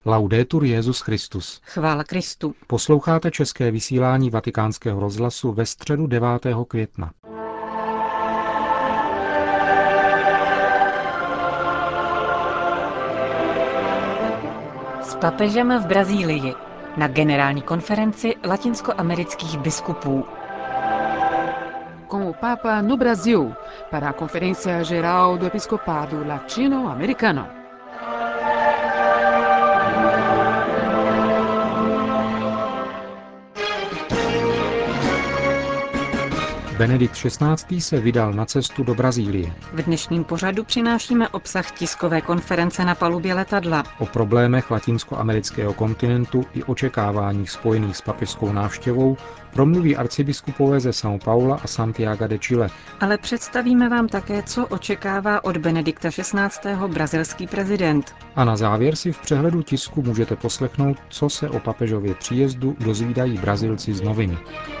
Laudetur Jesus Christus. Chvála Kristu. Posloucháte české vysílání Vatikánského rozhlasu ve středu 9. května. S papežem v Brazílii na generální konferenci latinskoamerických biskupů. Com o Papa no Brasil, para a Conferência Geral do Episcopado Latino-Americano. Benedikt XVI. Se vydal na cestu do Brazílie. V dnešním pořadu přinášíme obsah tiskové konference na palubě letadla. O problémech latinskoamerického kontinentu i očekáváních spojených s papežskou návštěvou promluví arcibiskupové ze São Paula a Santiaga de Chile. Ale představíme vám také, co očekává od Benedikta XVI. Brazilský prezident. A na závěr si v přehledu tisku můžete poslechnout, co se o papežově příjezdu dozvídají Brazilci z novin.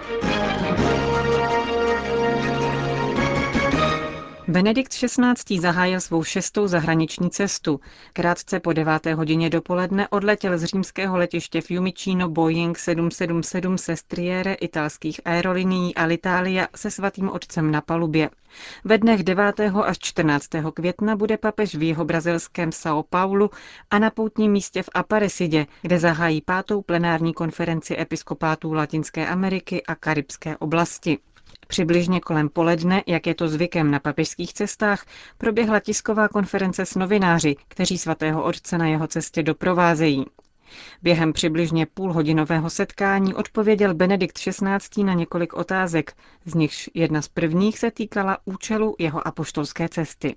Benedikt XVI. Zahájil svou 6. zahraniční cestu. Krátce po 9. hodině dopoledne odletěl z římského letiště Fiumicino Boeing 777 Sestriere italských aerolinií Alitalia se svatým otcem na palubě. Ve dnech 9. až 14. května bude papež v jihovrazilském São Paulu a na poutním místě v Aparecidě, kde zahájí 5. plenární konferenci episkopátů Latinské Ameriky a Karibské oblasti. Přibližně kolem poledne, jak je to zvykem na papežských cestách, proběhla tisková konference s novináři, kteří svatého otce na jeho cestě doprovázejí. Během přibližně půlhodinového setkání odpověděl Benedikt XVI. Na několik otázek, z nichž jedna z prvních se týkala účelu jeho apoštolské cesty.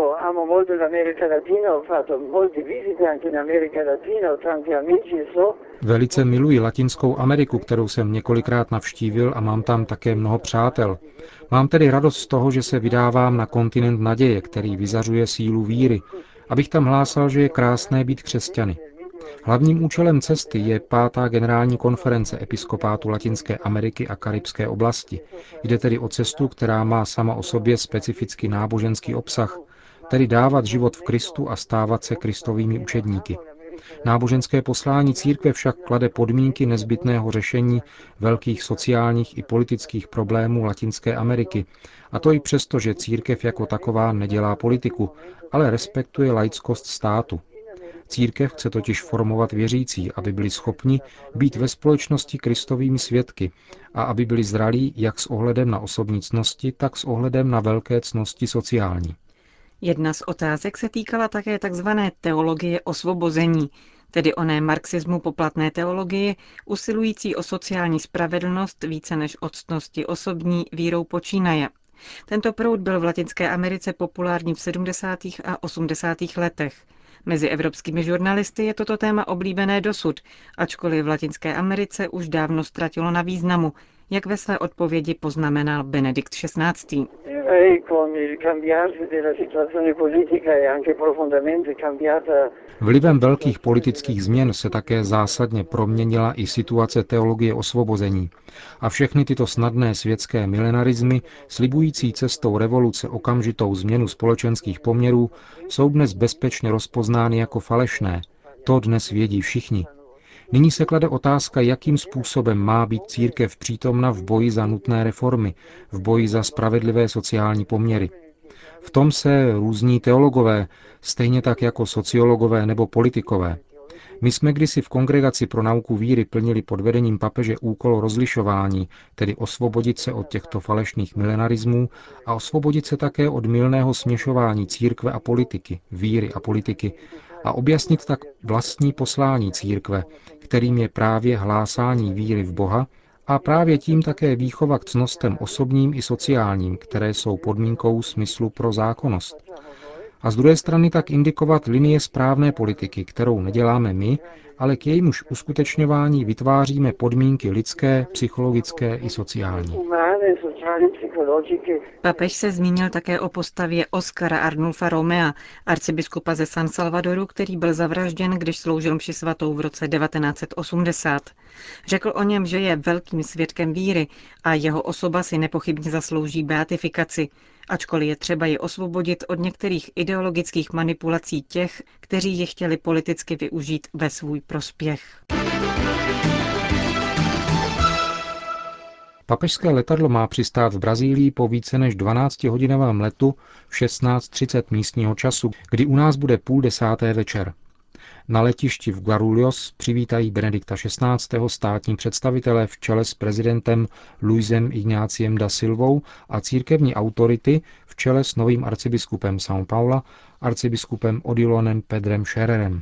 Velice miluji Latinskou Ameriku, kterou jsem několikrát navštívil a mám tam také mnoho přátel. Mám tedy radost z toho, že se vydávám na kontinent naděje, který vyzařuje sílu víry, abych tam hlásal, že je krásné být křesťany. Hlavním účelem cesty je 5. generální konference episkopátu Latinské Ameriky a Karibské oblasti. Jde tedy o cestu, která má sama o sobě specificky náboženský obsah, tedy dávat život v Kristu a stávat se kristovými učedníky. Náboženské poslání církve však klade podmínky nezbytného řešení velkých sociálních i politických problémů Latinské Ameriky, a to i přesto, že církev jako taková nedělá politiku, ale respektuje laickost státu. Církev chce totiž formovat věřící, aby byli schopni být ve společnosti Kristovými svědky a aby byli zralí jak s ohledem na osobní ctnosti, tak s ohledem na velké ctnosti sociální. Jedna z otázek se týkala také tzv. Teologie osvobození, tedy oné marxismu poplatné teologie, usilující o sociální spravedlnost více než o ctnosti osobní vírou počínaje. Tento proud byl v Latinské Americe populární v 70. a 80. letech. Mezi evropskými žurnalisty je toto téma oblíbené dosud, ačkoliv v Latinské Americe už dávno ztratilo na významu, jak ve své odpovědi poznamenal Benedikt XVI. Vlivem velkých politických změn se také zásadně proměnila i situace teologie osvobození. A všechny tyto snadné světské milenarismy, slibující cestou revoluce okamžitou změnu společenských poměrů, jsou dnes bezpečně rozpoznány jako falešné. To dnes vědí všichni. Nyní se klade otázka, jakým způsobem má být církev přítomna v boji za nutné reformy, v boji za spravedlivé sociální poměry. V tom se různí teologové, stejně tak jako sociologové nebo politikové. My jsme kdysi v Kongregaci pro nauku víry plnili pod vedením papeže úkol rozlišování, tedy osvobodit se od těchto falešných milenarismů a osvobodit se také od mylného směšování církve a politiky, víry a politiky a objasnit tak vlastní poslání církve, kterým je právě hlásání víry v Boha a právě tím také výchova k ctnostem osobním i sociálním, které jsou podmínkou smyslu pro zákonnost. A z druhé strany tak indikovat linie správné politiky, kterou neděláme my, ale k jejímuž uskutečňování vytváříme podmínky lidské, psychologické i sociální. Papež se zmínil také o postavě Oscara Arnulfa Romea, arcibiskupa ze San Salvadoru, který byl zavražděn, když sloužil mši svatou v roce 1980. Řekl o něm, že je velkým svědkem víry a jeho osoba si nepochybně zaslouží beatifikaci, ačkoliv je třeba ji osvobodit od některých ideologických manipulací těch, kteří ji chtěli politicky využít ve svůj prospěch. Papežské letadlo má přistát v Brazílii po více než 12hodinovém letu v 16:30 místního času, kdy u nás bude 9:30 večer. Na letišti v Guarulhos přivítají Benedikta XVI. Státní představitelé v čele s prezidentem Luisem Ignáciem da Silvou a církevní autority v čele s novým arcibiskupem São Paula, arcibiskupem Odilonem Pedrem Schererem.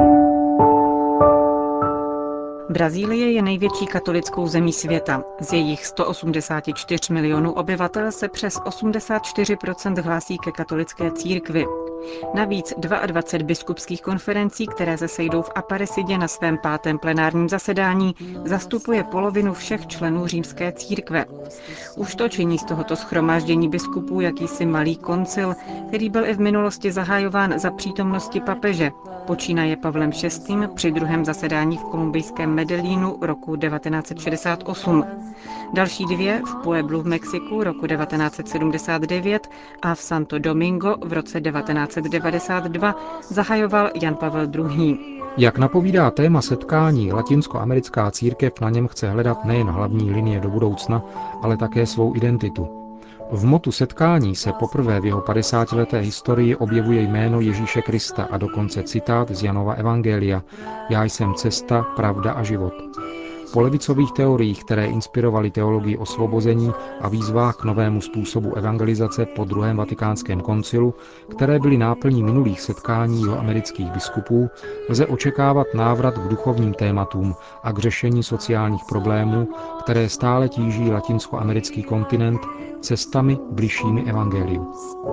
Brazílie je největší katolickou zemí světa. Z jejich 184 milionů obyvatel se přes 84% hlásí ke katolické církvi. Navíc 22 biskupských konferencí, které se sejdou v Aparecidě na svém 5. plenárním zasedání, zastupuje polovinu všech členů římské církve. Už to činí z tohoto shromáždění biskupů jakýsi malý koncil, který byl i v minulosti zahajován za přítomnosti papeže. Počínaje Pavlem VI. Při druhém zasedání v kolumbijském Medellínu roku 1968. Další dvě v Pueblu v Mexiku roku 1979 a v Santo Domingo v roce 1992 zahajoval Jan Pavel II. Jak napovídá téma setkání, latinskoamerická církev na něm chce hledat nejen hlavní linie do budoucna, ale také svou identitu. V motu setkání se poprvé v jeho 50leté historii objevuje jméno Ježíše Krista a dokonce citát z Janova evangelia: Já jsem cesta, pravda a život. Po levicových teoriích, které inspirovaly teologii osvobození a výzvách k novému způsobu evangelizace po druhém vatikánském koncilu, které byly náplní minulých setkání jihoamerických biskupů, lze očekávat návrat k duchovním tématům a k řešení sociálních problémů, které stále tíží latinskoamerický kontinent cestami bližšími evangeliu.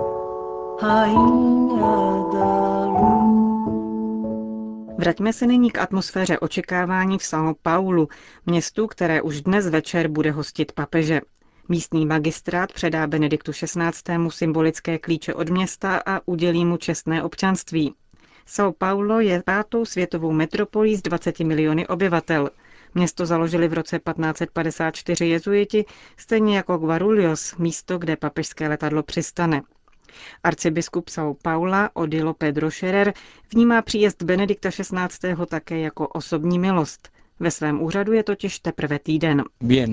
Vraťme se nyní k atmosféře očekávání v São Paulu, městu, které už dnes večer bude hostit papeže. Místní magistrát předá Benediktu XVI. Symbolické klíče od města a udělí mu čestné občanství. São Paulo je 5. světovou metropolí s 20 miliony obyvatel. Město založili v roce 1554 jezuiti, stejně jako Guarulhos, místo, kde papežské letadlo přistane. Arcibiskup São Paula Odilo Pedro Scherer vnímá příjezd Benedikta XVI. Také jako osobní milost. Ve svém úřadu je totiž teprve týden.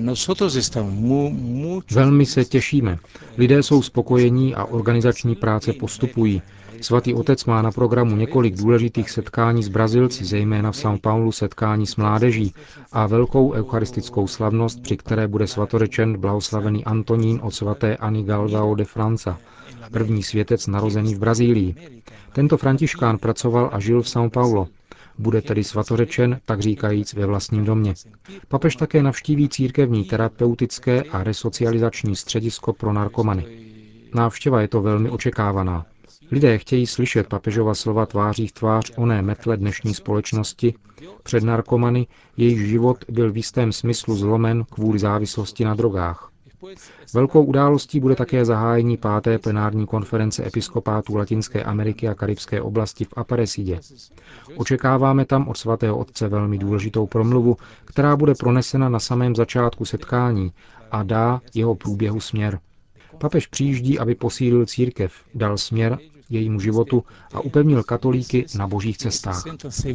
Velmi se těšíme. Lidé jsou spokojení a organizační práce postupují. Svatý otec má na programu několik důležitých setkání s Brazilci, zejména v São Paulu setkání s mládeží a velkou eucharistickou slavnost, při které bude svatořečen blahoslavený Antonín od svaté Anny Galvão de França, první světec narozený v Brazílii. Tento františkán pracoval a žil v São Paulo. Bude tedy svatořečen, tak říkajíc, ve vlastním domě. Papež také navštíví církevní terapeutické a resocializační středisko pro narkomany. Návštěva je to velmi očekávaná. Lidé chtějí slyšet papežova slova tváří v tvář oné metle dnešní společnosti před narkomany, jejich život byl v jistém smyslu zlomen kvůli závislosti na drogách. Velkou událostí bude také zahájení 5. plenární konference episkopátů Latinské Ameriky a Karibské oblasti v Aparecidě. Očekáváme tam od svatého otce velmi důležitou promluvu, která bude pronesena na samém začátku setkání a dá jeho průběhu směr. Papež přijíždí, aby posílil církev, dal směr jejímu životu a upevnil katolíky na božích cestách.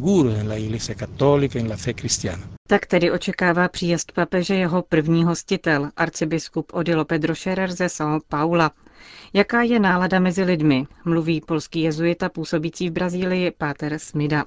Tak tedy očekává příjezd papeže jeho první hostitel, arcibiskup Odilo Pedro Scherer ze São Paula. Jaká je nálada mezi lidmi, mluví polský jezuita působící v Brazílii Páter Smida.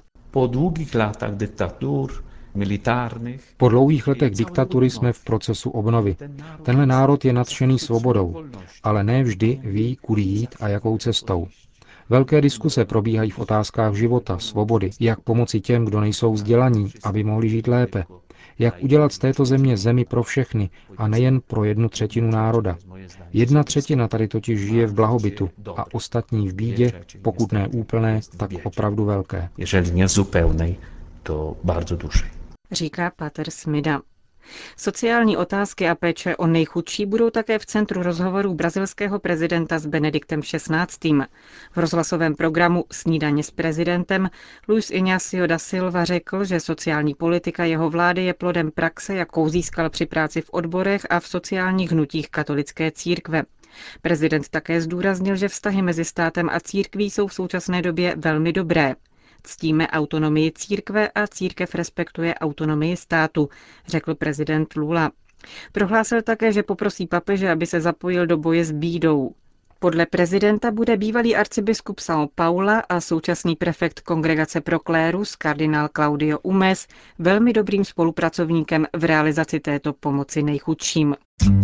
Po dlouhých letech diktatury jsme v procesu obnovy. Tenhle národ je nadšený svobodou, ale ne vždy ví, kudy jít a jakou cestou. Velké diskuse probíhají v otázkách života, svobody, jak pomoci těm, kdo nejsou vzdělaní, aby mohli žít lépe. Jak udělat z této země zemi pro všechny a nejen pro 1/3 národa. 1/3 tady totiž žije v blahobytu a ostatní v bídě, pokud ne úplné, tak opravdu velké. to bardzo duży. Říká Pater Smida. Sociální otázky a péče o nejchudší budou také v centru rozhovorů brazilského prezidenta s Benediktem XVI. V rozhlasovém programu Snídaně s prezidentem Luis Inácio da Silva řekl, že sociální politika jeho vlády je plodem praxe, jakou získal při práci v odborech a v sociálních hnutích katolické církve. Prezident také zdůraznil, že vztahy mezi státem a církví jsou v současné době velmi dobré. Ctíme autonomii církve a církev respektuje autonomii státu, řekl prezident Lula. Prohlásil také, že poprosí papeže, aby se zapojil do boje s bídou. Podle prezidenta bude bývalý arcibiskup São Paula a současný prefekt Kongregace pro klérus kardinál Claudio Umes velmi dobrým spolupracovníkem v realizaci této pomoci nejchudším.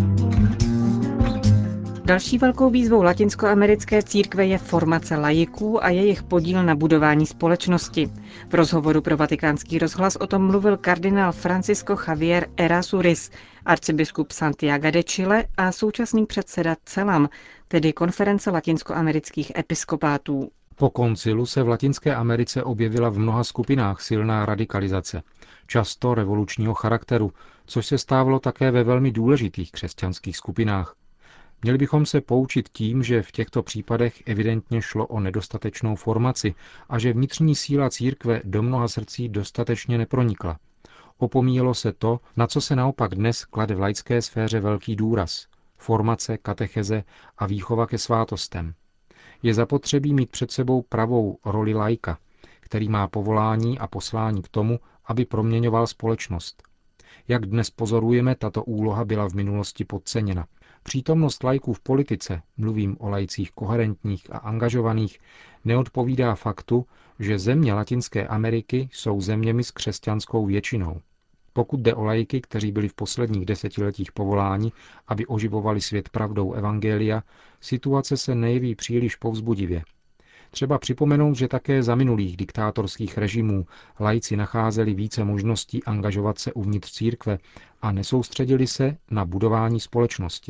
Další velkou výzvou latinskoamerické církve je formace laiků a jejich podíl na budování společnosti. V rozhovoru pro Vatikánský rozhlas o tom mluvil kardinál Francisco Javier Errázuriz, arcibiskup Santiago de Chile a současný předseda CELAM, tedy Konference latinskoamerických episkopátů. Po koncilu se v Latinské Americe objevila v mnoha skupinách silná radikalizace, často revolučního charakteru, což se stávalo také ve velmi důležitých křesťanských skupinách. Měli bychom se poučit tím, že v těchto případech evidentně šlo o nedostatečnou formaci a že vnitřní síla církve do mnoha srdcí dostatečně nepronikla. Opomíjelo se to, na co se naopak dnes klade v laické sféře velký důraz. Formace, katecheze a výchova ke svátostem. Je zapotřebí mít před sebou pravou roli laika, který má povolání a poslání k tomu, aby proměňoval společnost. Jak dnes pozorujeme, tato úloha byla v minulosti podceněna. Přítomnost laiků v politice, mluvím o laicích koherentních a angažovaných, neodpovídá faktu, že země Latinské Ameriky jsou zeměmi s křesťanskou většinou. Pokud jde o laiky, kteří byli v posledních desetiletích povoláni, aby oživovali svět pravdou evangelia, situace se nejeví příliš povzbudivě. Třeba připomenout, že také za minulých diktátorských režimů laici nacházeli více možností angažovat se uvnitř církve a nesoustředili se na budování společnosti.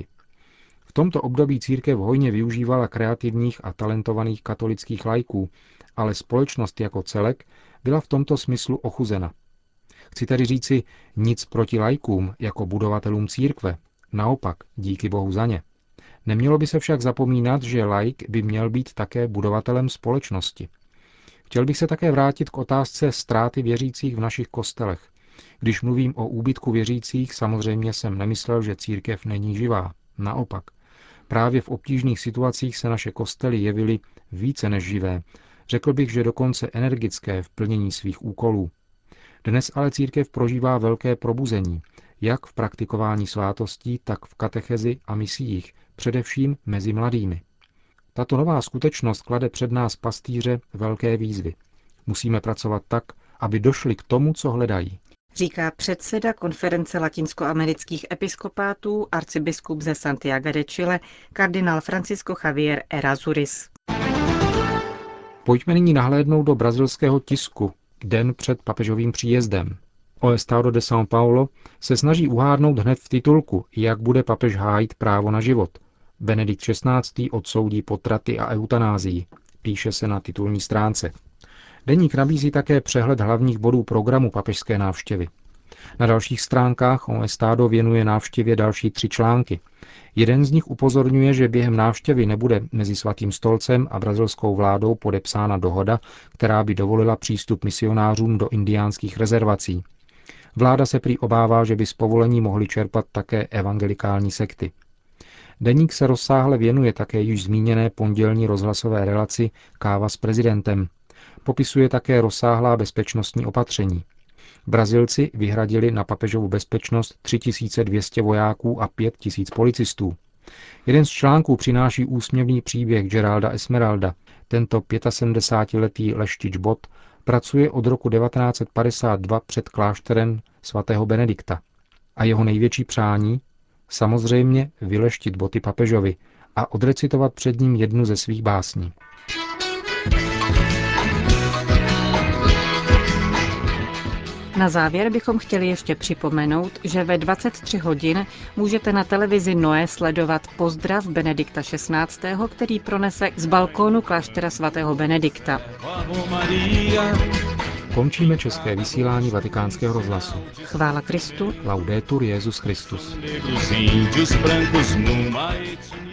V tomto období církev hojně využívala kreativních a talentovaných katolických laiků, ale společnost jako celek byla v tomto smyslu ochuzena. Chci tedy říci nic proti laikům jako budovatelům církve, naopak díky Bohu za ně. Nemělo by se však zapomínat, že laik by měl být také budovatelem společnosti. Chtěl bych se také vrátit k otázce ztráty věřících v našich kostelech. Když mluvím o úbytku věřících, samozřejmě jsem nemyslel, že církev není živá. Naopak. Právě v obtížných situacích se naše kostely jevily více než živé. Řekl bych, že dokonce energické v plnění svých úkolů. Dnes ale církev prožívá velké probuzení, jak v praktikování svátostí, tak v katechezi a misiích, především mezi mladými. Tato nová skutečnost klade před nás pastýře velké výzvy. Musíme pracovat tak, aby došli k tomu, co hledají. Říká předseda Konference latinskoamerických episkopátů, arcibiskup ze Santiago de Chile, kardinál Francisco Javier Errázuriz. Pojďme nyní nahlédnout do brazilského tisku, den před papežovým příjezdem. O Estado de São Paulo se snaží uhádnout hned v titulku, jak bude papež hájit právo na život. Benedikt XVI. Odsoudí potraty a eutanázii, píše se na titulní stránce. Deník nabízí také přehled hlavních bodů programu papežské návštěvy. Na dalších stránkách O Estado věnuje návštěvě další 3 články. Jeden z nich upozorňuje, že během návštěvy nebude mezi Svatým stolcem a brazilskou vládou podepsána dohoda, která by dovolila přístup misionářům do indiánských rezervací. Vláda se prý obává, že by z povolení mohly čerpat také evangelikální sekty. Deník se rozsáhle věnuje také již zmíněné pondělní rozhlasové relaci Káva s prezidentem. Popisuje také rozsáhlá bezpečnostní opatření. Brazilci vyhradili na papežovu bezpečnost 3200 vojáků a 5000 policistů. Jeden z článků přináší úsměvný příběh Geralda Esmeralda. Tento 75letý leštič Bot pracuje od roku 1952 před klášterem svatého Benedikta. A jeho největší přání? Samozřejmě vyleštit boty papežovi a odrecitovat před ním jednu ze svých básní. Na závěr bychom chtěli ještě připomenout, že ve 23 hodin můžete na televizi Noé sledovat pozdrav Benedikta XVI., který pronese z balkónu kláštera svatého Benedikta. Končíme české vysílání Vatikánského rozhlasu. Chvála Kristu. Laudetur Jesus Christus. Negros, índios, brancos numa etnia.